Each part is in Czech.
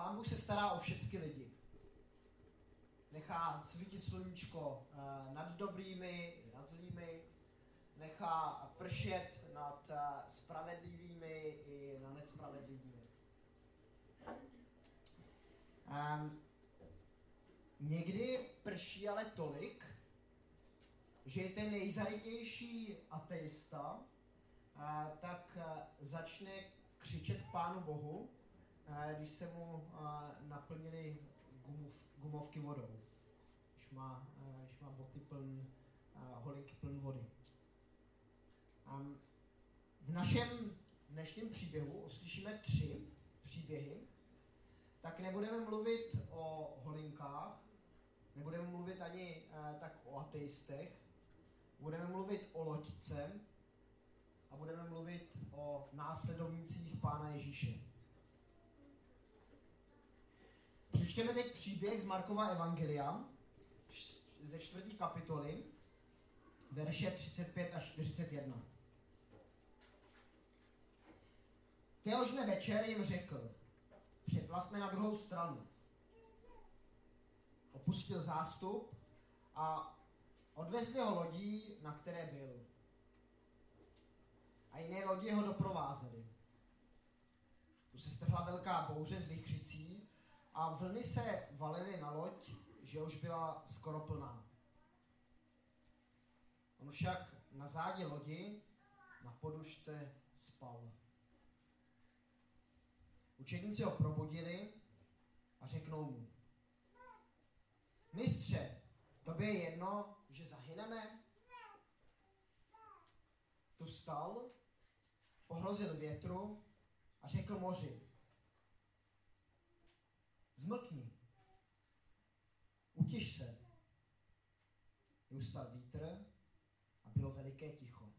Pán Bůh se stará o všechny lidi. Nechá svítit sluníčko nad dobrými i nad zlými. Nechá pršet nad spravedlivými i nad nespravedlivými. Někdy prší ale tolik, že ten nejzarytější ateista tak začne křičet Pánu Bohu, když se mu naplnily gumovky vodou. Když má boty holinky pln vody. V našem dnešním příběhu uslyšíme 3 příběhy, tak nebudeme mluvit o holinkách, nebudeme mluvit ani tak o ateistech, budeme mluvit o loďce a budeme mluvit o následovnících Pána Ježíše. Přečteme teď příběh z Markova evangelia ze 4. kapitoly, verše 35 až 41. Téhož dne večer jim řekl: přeplavme na druhou stranu. Opustil zástup a odvezli ho lodí, na které byl. A jiné lodi ho doprovázely. Tu se strhla velká bouře s vichřicí a vlny se valily na loď, že už byla skoro plná. On však na zádi lodi na podušce spal. Učedníci ho probudili a řeknou mu: Mistře, tobě je jedno, že zahyneme? Tu vstal, pohrozil větru a řekl moři: zmlkni, utiš se. Ustal vítr a bylo veliké ticho.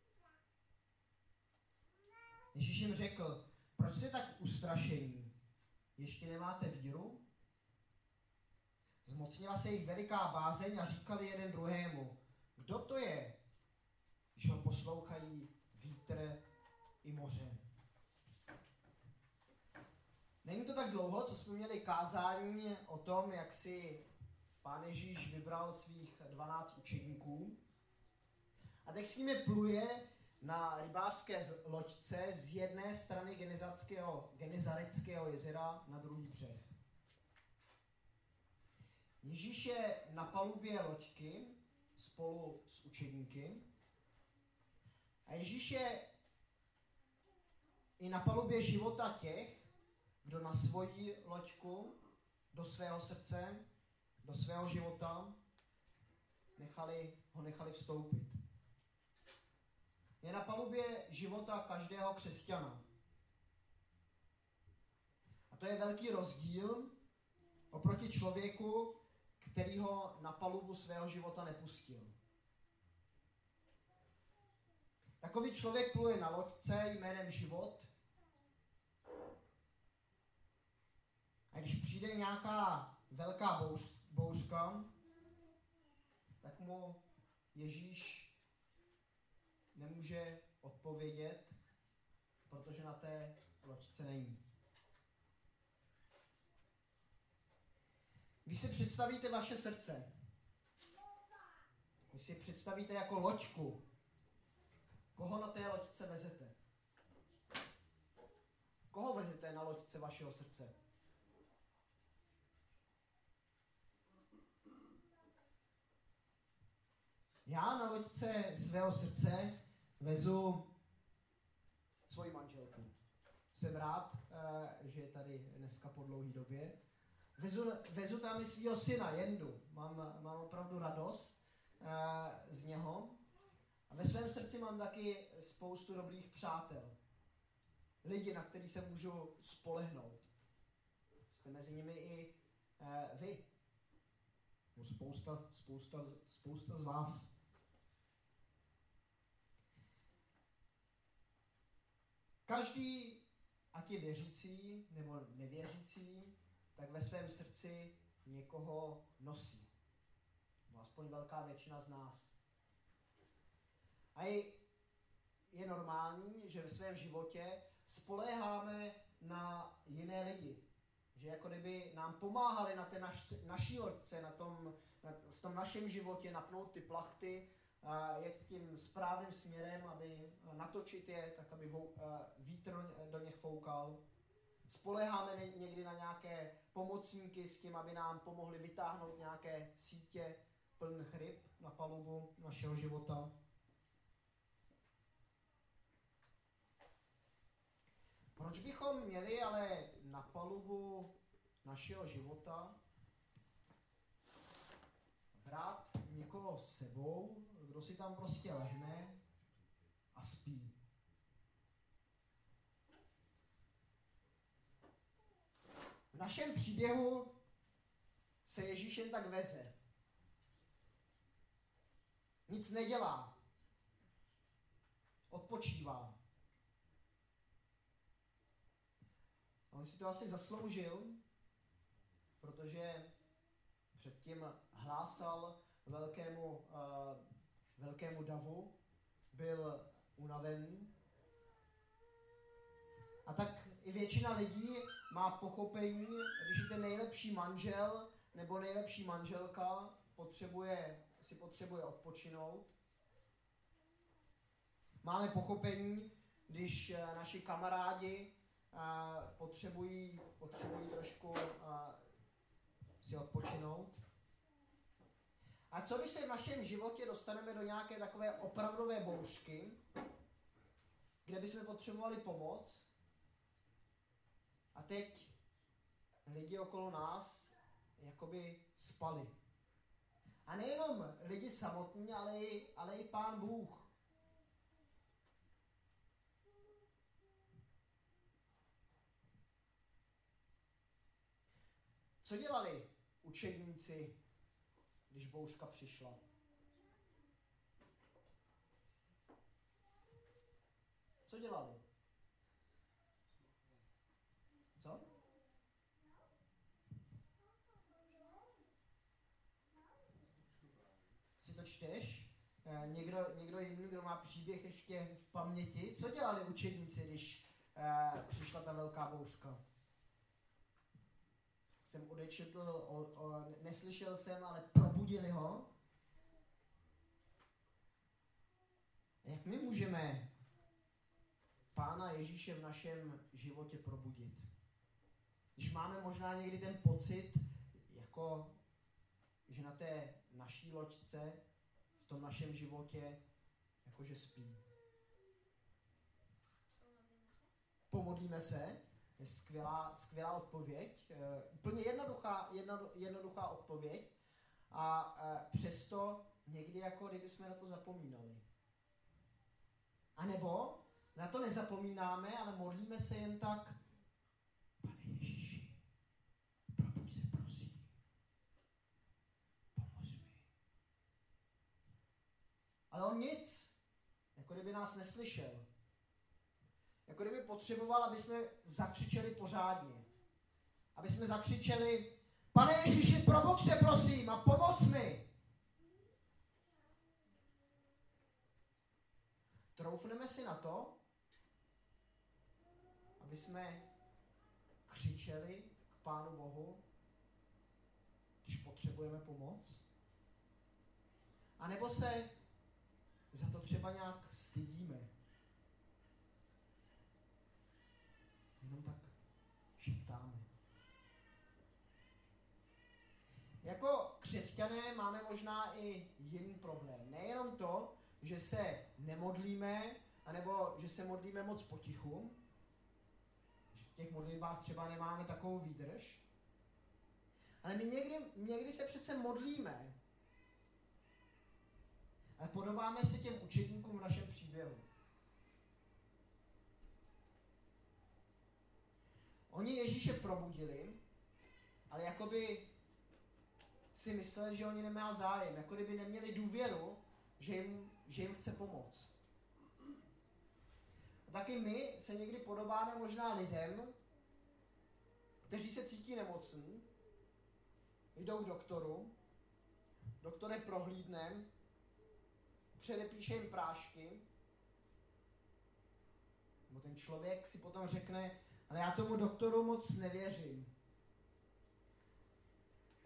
Ježíš jim řekl: proč jste tak ustrašení? Ještě nemáte víru? Zmocnila se jich veliká bázeň a říkali jeden druhému: kdo to je, že ho poslouchají vítr i moře? Není to tak dlouho, co jsme měli kázání o tom, jak si Pán Ježíš vybral svých 12 učedníků. A teď s nimi pluje na rybářské loďce z jedné strany Genezareckého jezera na druhý břeh. Ježíš je na palubě loďky spolu s učedníky. A Ježíš je i na palubě života těch, kdo na svoji loďku, do svého srdce, do svého života nechali vstoupit. Je na palubě života každého křesťana. A to je velký rozdíl oproti člověku, který ho na palubu svého života nepustil. Takový člověk pluje na loďce jménem život. A když přijde nějaká velká bouřka, tak mu Ježíš nemůže odpovědět, protože na té loďce není. Když si představíte vaše srdce, když si představíte jako loďku, koho na té loďce vezete? Koho vezete na loďce vašeho srdce? Já na loďce svého srdce vezu svoji manželku. Jsem rád, že je tady dneska po dlouhé době. Vezu tam i svého syna, Jendu. Mám opravdu radost z něho. A ve svém srdci mám taky spoustu dobrých přátel. Lidi, na který se můžu spolehnout. Jste mezi nimi i vy. Spousta z vás. Každý, ať je věřící nebo nevěřící, tak ve svém srdci někoho nosí. No, aspoň velká většina z nás. A je normální, že ve svém životě spoléháme na jiné lidi. že jako kdyby nám pomáhali na té naší loďce, v tom našem životě napnout ty plachty, jet tím správným směrem, aby natočit je, tak aby vítr do nich foukal. Spoléháme někdy na nějaké pomocníky s tím, aby nám pomohli vytáhnout nějaké sítě plných ryb na palubu našeho života. Proč bychom měli ale na palubu našeho života brát někoho s sebou, kdo si tam prostě lehne a spí? V našem příběhu se Ježíš jen tak veze. Nic nedělá. Odpočívá. On si to asi zasloužil, protože předtím hlásal velkému davu, byl unavený. A tak i většina lidí má pochopení, když je ten nejlepší manžel nebo nejlepší manželka potřebuje odpočinout. Máme pochopení, když naši kamarádi potřebují trošku si odpočinout. A co když se v našem životě dostaneme do nějaké takové opravdové bouřky, kde bychom potřebovali pomoc a teď lidi okolo nás jakoby spali. A nejenom lidi samotní, ale i Pán Bůh. Co dělali učedníci, když bouřka přišla? Co dělali? Co? Si to čteš? Někdo jiný, kdo má příběh ještě v paměti? Co dělali učedníci, když přišla ta velká bouřka? Jsem odečetl, neslyšel jsem, ale probudili ho. Jak my můžeme Pána Ježíše v našem životě probudit? Když máme možná někdy ten pocit, jako že na té naší loďce, v tom našem životě, jakože spí. Pomodlíme se. Je skvělá odpověď, úplně jednoduchá odpověď a přesto někdy jako kdyby jsme na to zapomínali. A nebo na to nezapomínáme, ale modlíme se jen tak: Pane Ježíši, probuď se, prosím, pomoz mi. Ale on nic, jako kdyby nás neslyšel. Jako kdyby potřeboval, aby jsme zakřičeli pořádně. Aby jsme zakřičeli: Pane Ježíši, probuď se, prosím, a pomoc mi. Troufneme si na to, aby jsme křičeli k Pánu Bohu, když potřebujeme pomoc? A nebo se za to třeba nějak stydíme? Jenom tak šeptáme. Jako křesťané máme možná i jiný problém. Nejenom to, že se nemodlíme, anebo že se modlíme moc potichu, že v těch modlitbách třeba nemáme takovou výdrž, ale my někdy se přece modlíme, ale podobáme se těm učedníkům v našem příběhu. Oni Ježíše probudili, ale jakoby si mysleli, že oni nemá zájem, jako kdyby neměli důvěru, že jim chce pomoct. A taky my se někdy podobáme možná lidem, kteří se cítí nemocní, jdou k doktoru, doktor je prohlídne, předepíše jim prášky, nebo ten člověk si potom řekne: ale já tomu doktoru moc nevěřím.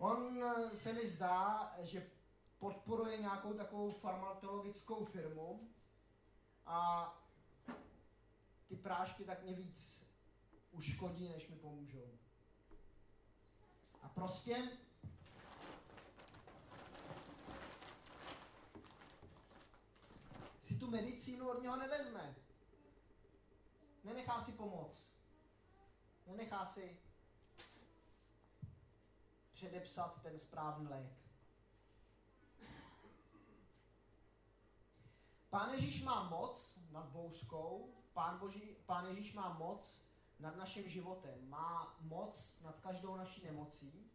On se mi zdá, že podporuje nějakou takovou farmakologickou firmu a ty prášky tak mě víc uškodí, než mi pomůžou. A prostě si tu medicínu od něho nevezme. Nenechá si pomoct. Nenechá si předepsat ten správný lék. Pán Ježíš má moc nad bouřkou, Pán Ježíš má moc nad naším životem, má moc nad každou naší nemocí.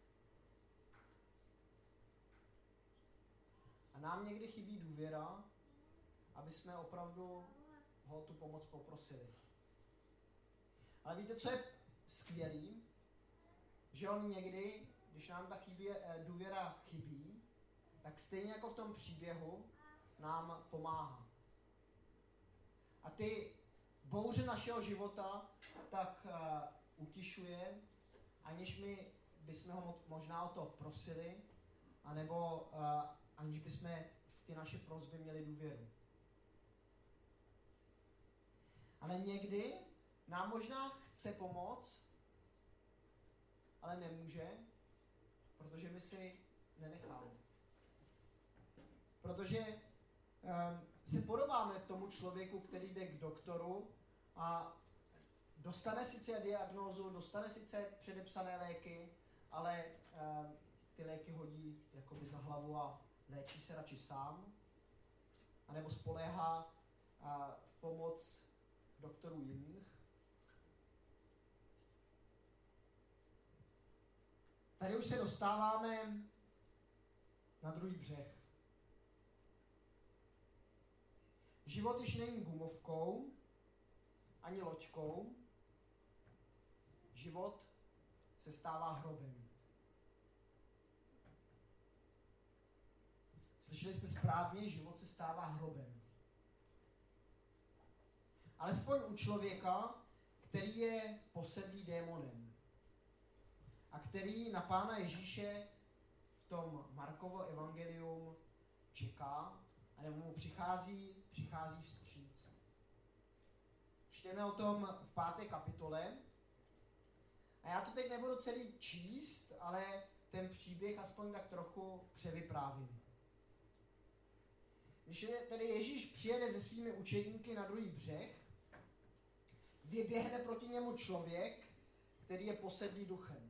A nám někdy chybí důvěra, aby jsme opravdu ho tu pomoc poprosili. Ale víte, co je skvělý? Že on někdy, když nám ta důvěra chybí, tak stejně jako v tom příběhu nám pomáhá. A ty bouře našeho života tak utišuje, aniž my bychom ho možná o to prosili, anebo aniž bychom v ty naše prosby měli důvěru. Ale někdy nám možná chce pomoct, ale nemůže, protože my si nenecháme. Protože se podobáme tomu člověku, který jde k doktoru a dostane sice diagnózu, dostane sice předepsané léky, ale ty léky hodí jakoby za hlavu a léčí se radši sám, anebo spoléhá v pomoc doktorů jiných. Tady už se dostáváme na druhý břeh. Život již není gumovkou, ani loďkou. Život se stává hrobem. Slyšeli jste správně, život se stává hrobem. Alespoň u člověka, který je posedlý démonem a který na Pána Ježíše v tom Markovo evangelium čeká, anebo mu přichází vstříc. Čteme o tom v 5. kapitole. A já to teď nebudu celý číst, ale ten příběh aspoň tak trochu převyprávím. Když tedy Ježíš přijede se svými učedníky na druhý břeh, vyběhne proti němu člověk, který je posedlý duchem.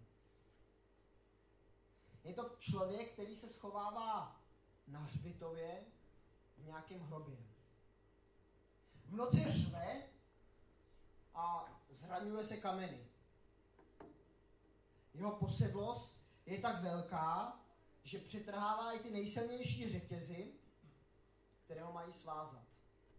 Je to člověk, který se schovává na hřbitově v nějakém hrobě. V noci řve a zraňuje se kameny. Jeho posedlost je tak velká, že přetrhává i ty nejsilnější řetězy, které ho mají svázat.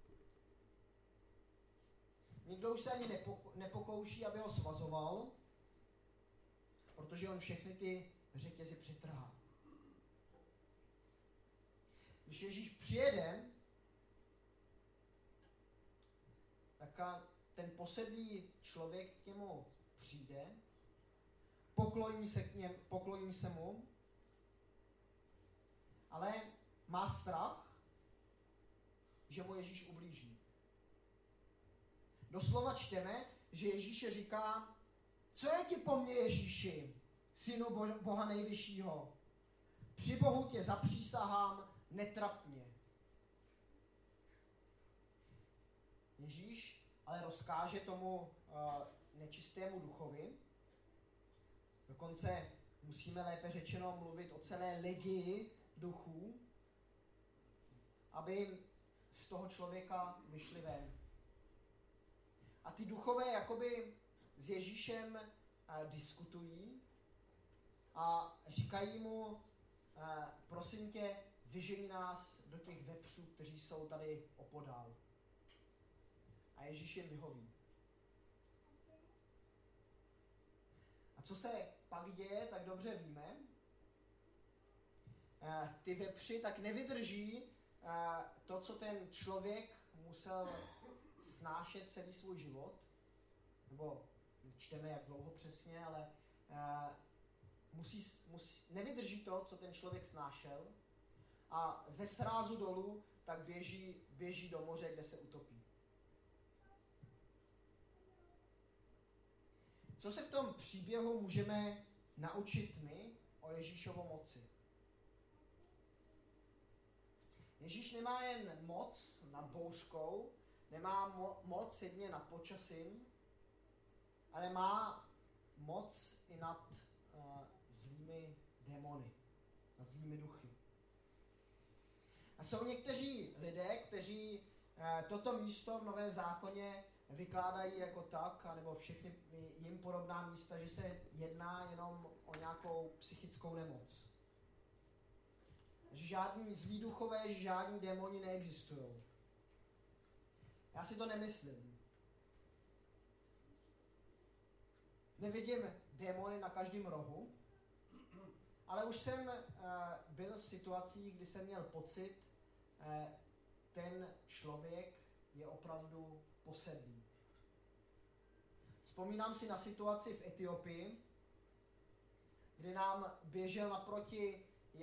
Nikdo už se ani nepokouší, aby ho svazoval, protože on všechny ty řetězy přetrhá. Když Ježíš přijede, tak ten posedlý člověk k němu přijde, pokloní se mu, ale má strach, že mu Ježíš ublíží. Doslova čteme, že Ježíš říká: co je ti po mně, Ježíši, synu Boha nejvyššího? Při Bohu tě zapřísahám, netrap mě. Ježíš ale rozkáže tomu nečistému duchovi, dokonce musíme lépe řečeno mluvit o celé legii duchů, aby z toho člověka vyšli ven. A ty duchové jakoby s Ježíšem diskutují a říkají mu: prosím tě, vyženi nás do těch vepřů, kteří jsou tady opodál. A Ježíš jim vyhoví. A co se pak děje, tak dobře víme. Ty vepři tak nevydrží to, co ten člověk musel snášet celý svůj život, nebo čteme jak dlouho přesně, ale nevydrží to, co ten člověk snášel, a ze srázu dolů tak běží do moře, kde se utopí. Co se v tom příběhu můžeme naučit my o Ježíšovo moci? Ježíš nemá jen moc nad bouřkou, nemá moc jedině nad počasím, ale má moc i nad zlými démony, nad zlými duchy. A jsou někteří lidé, kteří toto místo v Novém zákoně vykládají jako tak, anebo všechny jim podobná místa, že se jedná jenom o nějakou psychickou nemoc. Že žádní zlí duchové, že žádní démoni neexistují. Já si to nemyslím. Nevidím démony na každém rohu, ale už jsem byl v situacích, kdy jsem měl pocit, ten člověk je opravdu posedlý. Vzpomínám si na situaci v Etiopii, kdy nám běžel naproti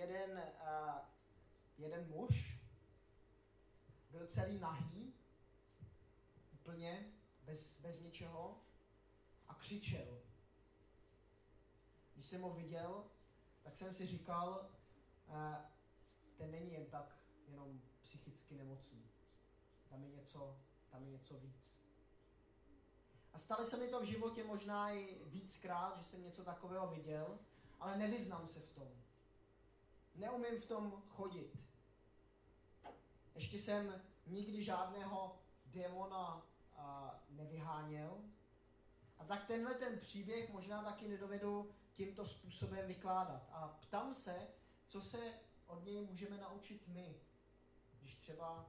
jeden muž, byl celý nahý, úplně, bez ničeho, a křičel. Když jsem ho viděl, tak jsem si říkal, ten není jen tak jenom psychicky nemocný. Tam je něco víc. A stalo se mi to v životě možná i víckrát, že jsem něco takového viděl, ale nevyznám se v tom. Neumím v tom chodit. Ještě jsem nikdy žádného démona nevyháněl. A tak tenhle ten příběh možná taky nedovedu tímto způsobem vykládat. A ptám se, co se od něj můžeme naučit my, když třeba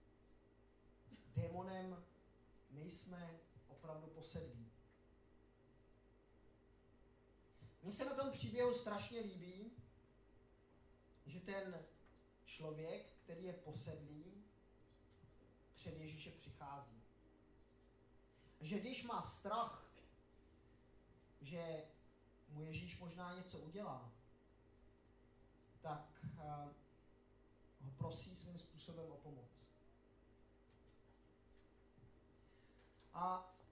démonem nejsme opravdu posedlí. Mně se na tom příběhu strašně líbí, že ten člověk, který je posedlý, před Ježíše přichází. Že když má strach, že mu Ježíš možná něco udělá, tak ho prosí svým způsobem o pomoc. A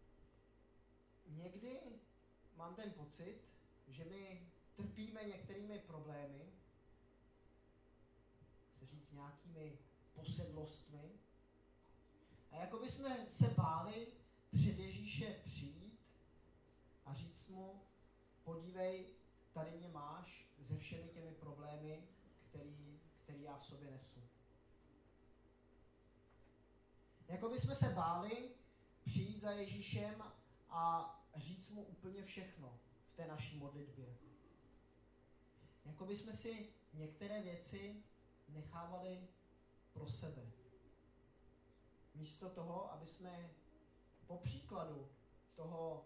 někdy mám ten pocit, že my trpíme některými problémy, se říct nějakými posedlostmi, a jako bychom se báli před Ježíše přijít a říct mu, podívej, tady mě máš se všemi těmi problémy, který já v sobě nesu. Jako bychom se báli přijít za Ježíšem a říct mu úplně všechno v té naší modlitbě. Jako bychom si některé věci nechávali pro sebe. Místo toho, aby jsme po příkladu toho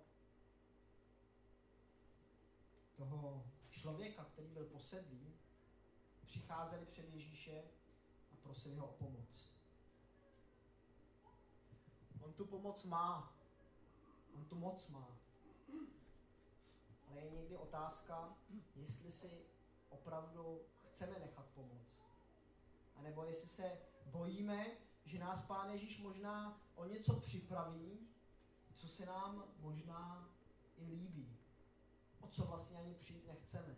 člověka, který byl posedlý, přicházeli před Ježíše a prosili ho o pomoc. On tu pomoc má. On tu moc má. Ale je někdy otázka, jestli si opravdu chceme nechat pomoct. A nebo jestli se bojíme, že nás Pán Ježíš možná o něco připraví, co se nám možná i líbí. O co vlastně ani přijít nechceme.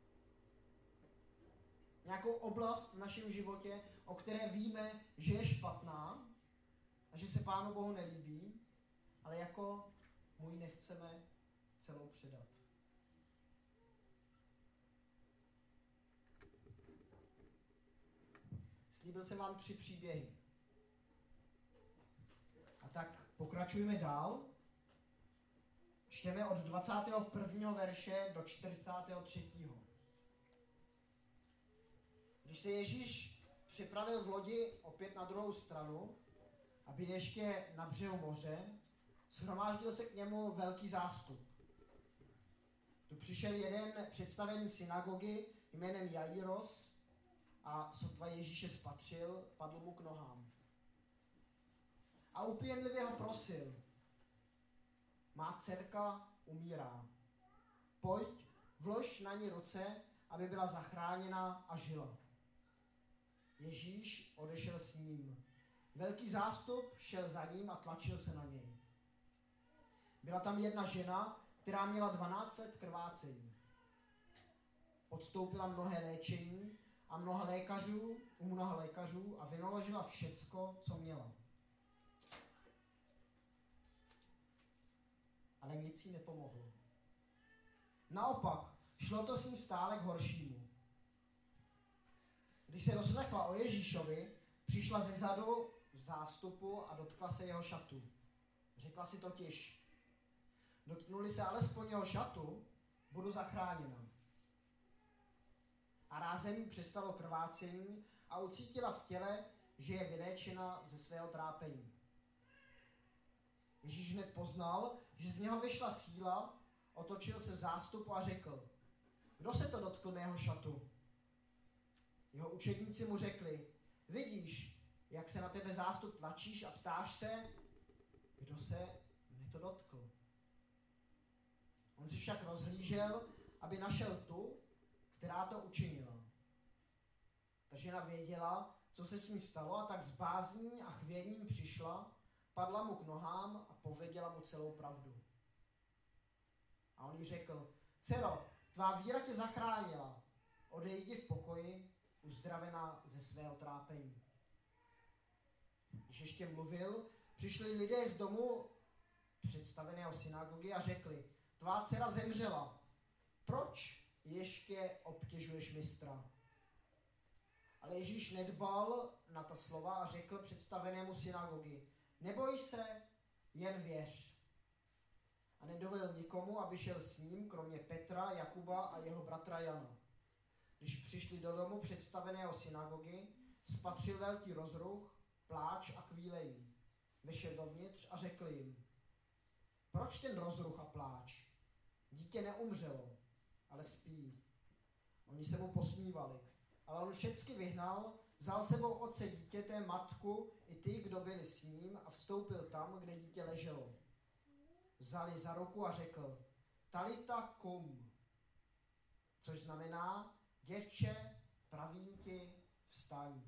Nějakou oblast v našem životě, o které víme, že je špatná a že se Pánu Bohu nelíbí, ale jako mu ji nechceme celou předat. Slíbil jsem vám 3 příběhy. A tak pokračujeme dál. Čteme od 21. verše do 43. Když se Ježíš připravil v lodi opět na druhou stranu, aby ještě na břehu moře, shromáždil se k němu velký zástup. Tu přišel jeden představený synagogy jménem Jairos a sotva Ježíše spatřil, padl mu k nohám. A úpěnlivě ho prosil: má dcerka umírá. Pojď, vlož na ní ruce, aby byla zachráněna a žila. Ježíš odešel s ním. Velký zástup šel za ním a tlačil se na něj. Byla tam jedna žena, která měla 12 let krvácení. Podstoupila mnohé léčení u mnoha lékařů a vynaložila všecko, co měla. Ale nic jí nepomohlo. Naopak, šlo to s ní stále k horšímu. Když se doslechla o Ježíšovi, přišla zezadu v zástupu a dotkla se jeho šatu. Řekla si totiž, dotknuli se alespoň jeho šatu, budu zachráněna. A rázem jí přestalo krvácení a ucítila v těle, že je vyléčena ze svého trápení. Ježíš hned poznal, že z něho vyšla síla, otočil se v zástupu a řekl, kdo se to dotkl mého šatu? Jeho učedníci mu řekli, vidíš, jak se na tebe zástup tlačíš a ptáš se, kdo se mě to dotkl. On si však rozhlížel, aby našel tu, která to učinila. Ta žena věděla, co se s ní stalo, a tak s bázní a chvěním přišla, padla mu k nohám a pověděla mu celou pravdu. A on jí řekl, dcero, tvá víra tě zachránila, odejdi v pokoji, uzdravena ze svého trápení. Když ještě mluvil, přišli lidé z domu představeného synagogy a řekli, tvá dcera zemřela, proč ještě obtěžuješ mistra? Ale Ježíš nedbal na ta slova a řekl představenému synagogy, neboj se, jen věř. A nedovolil nikomu, aby šel s ním, kromě Petra, Jakuba a jeho bratra Jana. Když přišli do domu představeného synagogy, spatřil velký rozruch, pláč a kvílení. Vešel dovnitř a řekl jim, proč ten rozruch a pláč? Dítě neumřelo, ale spí. Oni se mu posmívali, ale on všecky vyhnal, vzal sebou otce dítěte, matku i ty, kdo byli s ním a vstoupil tam, kde dítě leželo. Vzali za ruku a řekl, talita kum, což znamená, děvče, pravím ti, vstaň.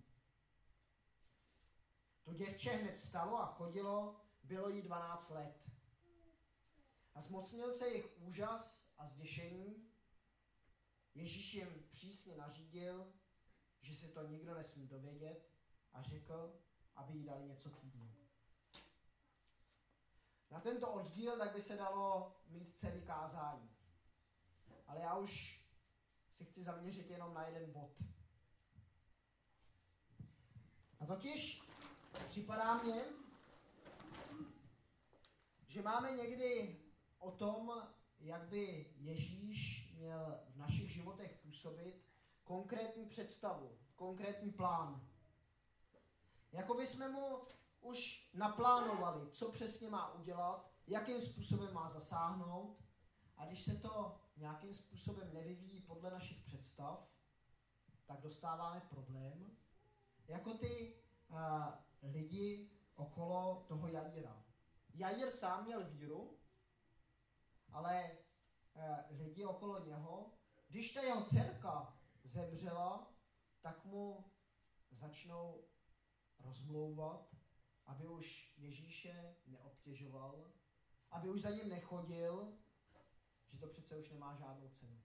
To děvče hned vstalo a chodilo, bylo jí 12 let. A zmocnil se jich úžas a zděšení. Ježíš jim přísně nařídil, že se to nikdo nesmí dovědět a řekl, aby jí dali něco k jídlu. Na tento oddíl tak by se dalo mít celý kázání. Ale já už si chci zaměřit jenom na jeden bod. A totiž připadá mně, že máme někdy o tom, jak by Ježíš měl v našich životech působit, konkrétní představu, konkrétní plán. Jako by jsme mu už naplánovali, co přesně má udělat, jakým způsobem má zasáhnout, a když se to nějakým způsobem nevyvíjí podle našich představ, tak dostáváme problém, jako ty lidi okolo toho Jaira. Jair sám měl víru, ale lidi okolo něho, když ta jeho dcerka zemřela, tak mu začnou rozmlouvat, aby už Ježíše neobtěžoval, aby už za ním nechodil, že to přece už nemá žádnou cenu.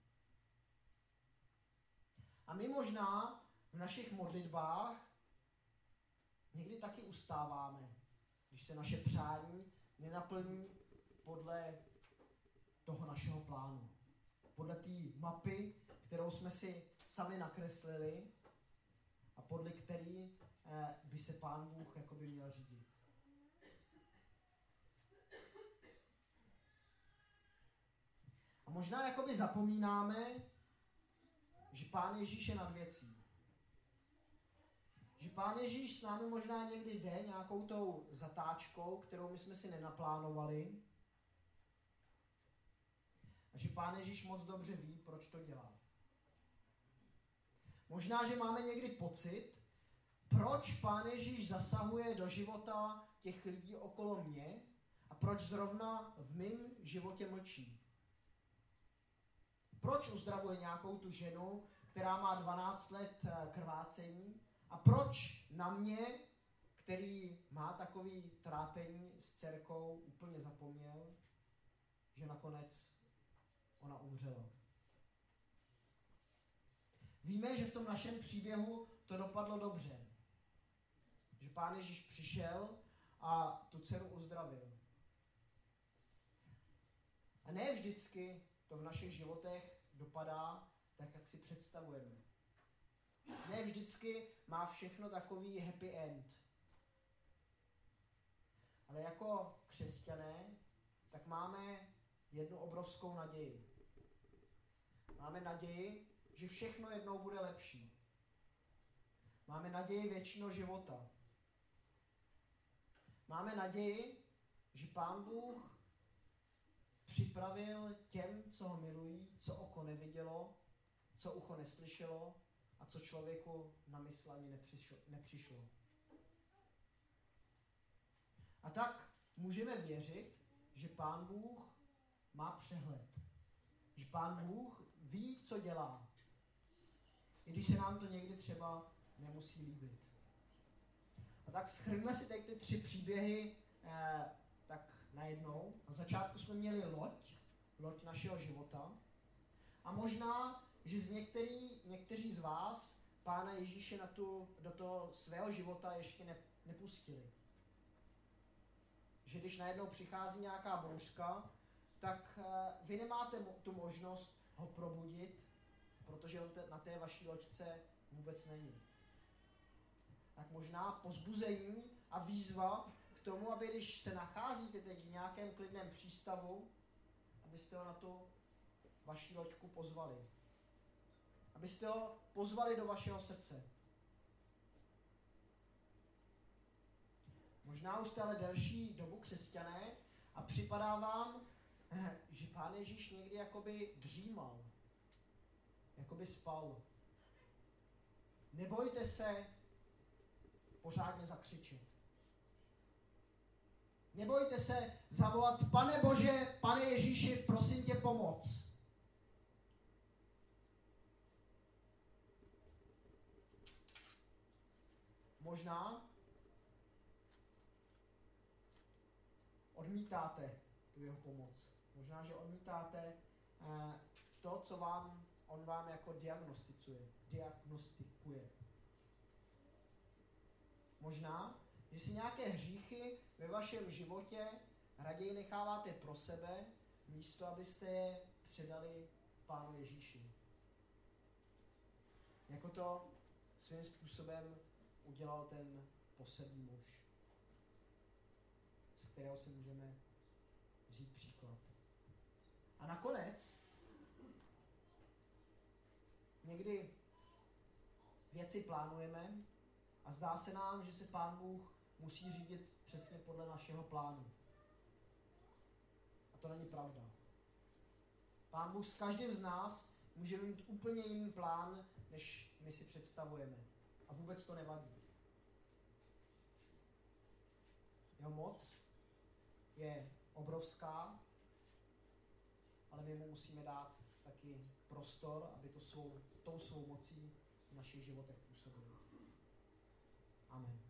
A my možná v našich modlitbách někdy taky ustáváme, když se naše přání nenaplní podle toho našeho plánu. Podle té mapy, kterou jsme si sami nakreslili a podle který by se Pán Bůh jakoby měl řídit. A možná jakoby zapomínáme, že Pán Ježíš je nad věcí. Že Pán Ježíš s námi možná někdy jde nějakou tou zatáčkou, kterou my jsme si nenaplánovali. A že Pán Ježíš moc dobře ví, proč to dělá. Možná, že máme někdy pocit, proč Pán Ježíš zasahuje do života těch lidí okolo mě a proč zrovna v mém životě mlčí. Proč uzdravuje nějakou tu ženu, která má 12 let krvácení? A proč na mě, který má takový trápení s dcerkou, úplně zapomněl, že nakonec ona umřela? Víme, že v tom našem příběhu to dopadlo dobře. Že Pán Ježíš přišel a tu dceru uzdravil. A ne vždycky to v našich životech dopadá tak, jak si představujeme. Ne vždycky má všechno takový happy end. Ale jako křesťané, tak máme jednu obrovskou naději. Máme naději, že všechno jednou bude lepší. Máme naději věčného života. Máme naději, že Pán Bůh připravil těm, co ho milují, co oko nevidělo, co ucho neslyšelo a co člověku na mysl ani nepřišlo. A tak můžeme věřit, že Pán Bůh má přehled. Že Pán Bůh ví, co dělá. I když se nám to někdy třeba nemusí líbit. A tak shrňme si teď ty 3 příběhy tak najednou. Na začátku jsme měli loď našeho života. A možná, že někteří z vás Pána Ježíše do toho svého života ještě nepustili. Že když najednou přichází nějaká bouřka, tak vy nemáte tu možnost ho probudit, protože on na té vaší loďce vůbec není. Tak možná povzbuzení a výzva k tomu, aby když se nacházíte teď v nějakém klidném přístavu, abyste ho na tu vaši loďku pozvali. Abyste ho pozvali do vašeho srdce. Možná už jste ale delší dobu křesťané a připadá vám, že Pán Ježíš někdy jakoby dřímal. Jakoby spal. Nebojte se pořádně zakřičet. Nebojte se zavolat: Pane Bože, Pane Ježíši, prosím tě, pomoc. Možná odmítáte tu jeho pomoc. Možná, že odmítáte to, co on vám jako diagnostikuje. Možná, že si nějaké hříchy ve vašem životě raději necháváte pro sebe, místo abyste je předali Pánu Ježíši. Jako to svým způsobem udělal ten poslední muž, z kterého si můžeme vzít příklad. A nakonec někdy věci plánujeme a zdá se nám, že se Pán Bůh musí řídit přesně podle našeho plánu. A to není pravda. Pán Bůh s každým z nás může mít úplně jiný plán, než my si představujeme. A vůbec to nevadí. Jeho moc je obrovská, ale my mu musíme dát taky prostor, aby to tou svou mocí v našich životech působilo. Amen.